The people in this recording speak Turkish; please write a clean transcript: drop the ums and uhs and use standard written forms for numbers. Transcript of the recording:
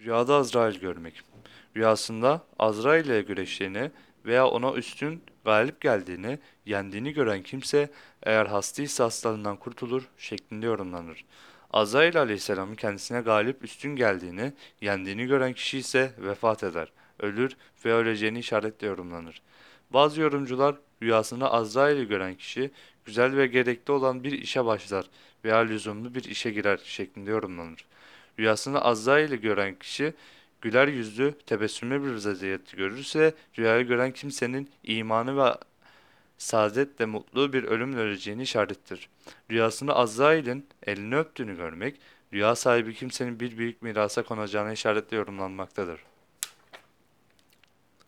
Rüyada Azrail görmek. Rüyasında Azrail ile güreştiğini veya ona üstün galip geldiğini, yendiğini gören kimse eğer hastaysa hastalığından kurtulur şeklinde yorumlanır. Azrail aleyhisselamın kendisine galip üstün geldiğini, yendiğini gören kişi ise vefat eder, ölür ve öleceğini işaretle yorumlanır. Bazı yorumcular rüyasında Azrail'i gören kişi güzel ve gerekli olan bir işe başlar veya lüzumlu bir işe girer şeklinde yorumlanır. Rüyasında Azrail'i gören kişi güler yüzlü, tebessümlü bir vaziyette görürse rüyayı gören kimsenin imanı ve saadetle mutlu bir ölümle öleceğini işarettir. Rüyasında Azrail'in elini öptüğünü görmek, rüya sahibi kimsenin bir büyük mirasa konacağına işaretle yorumlanmaktadır.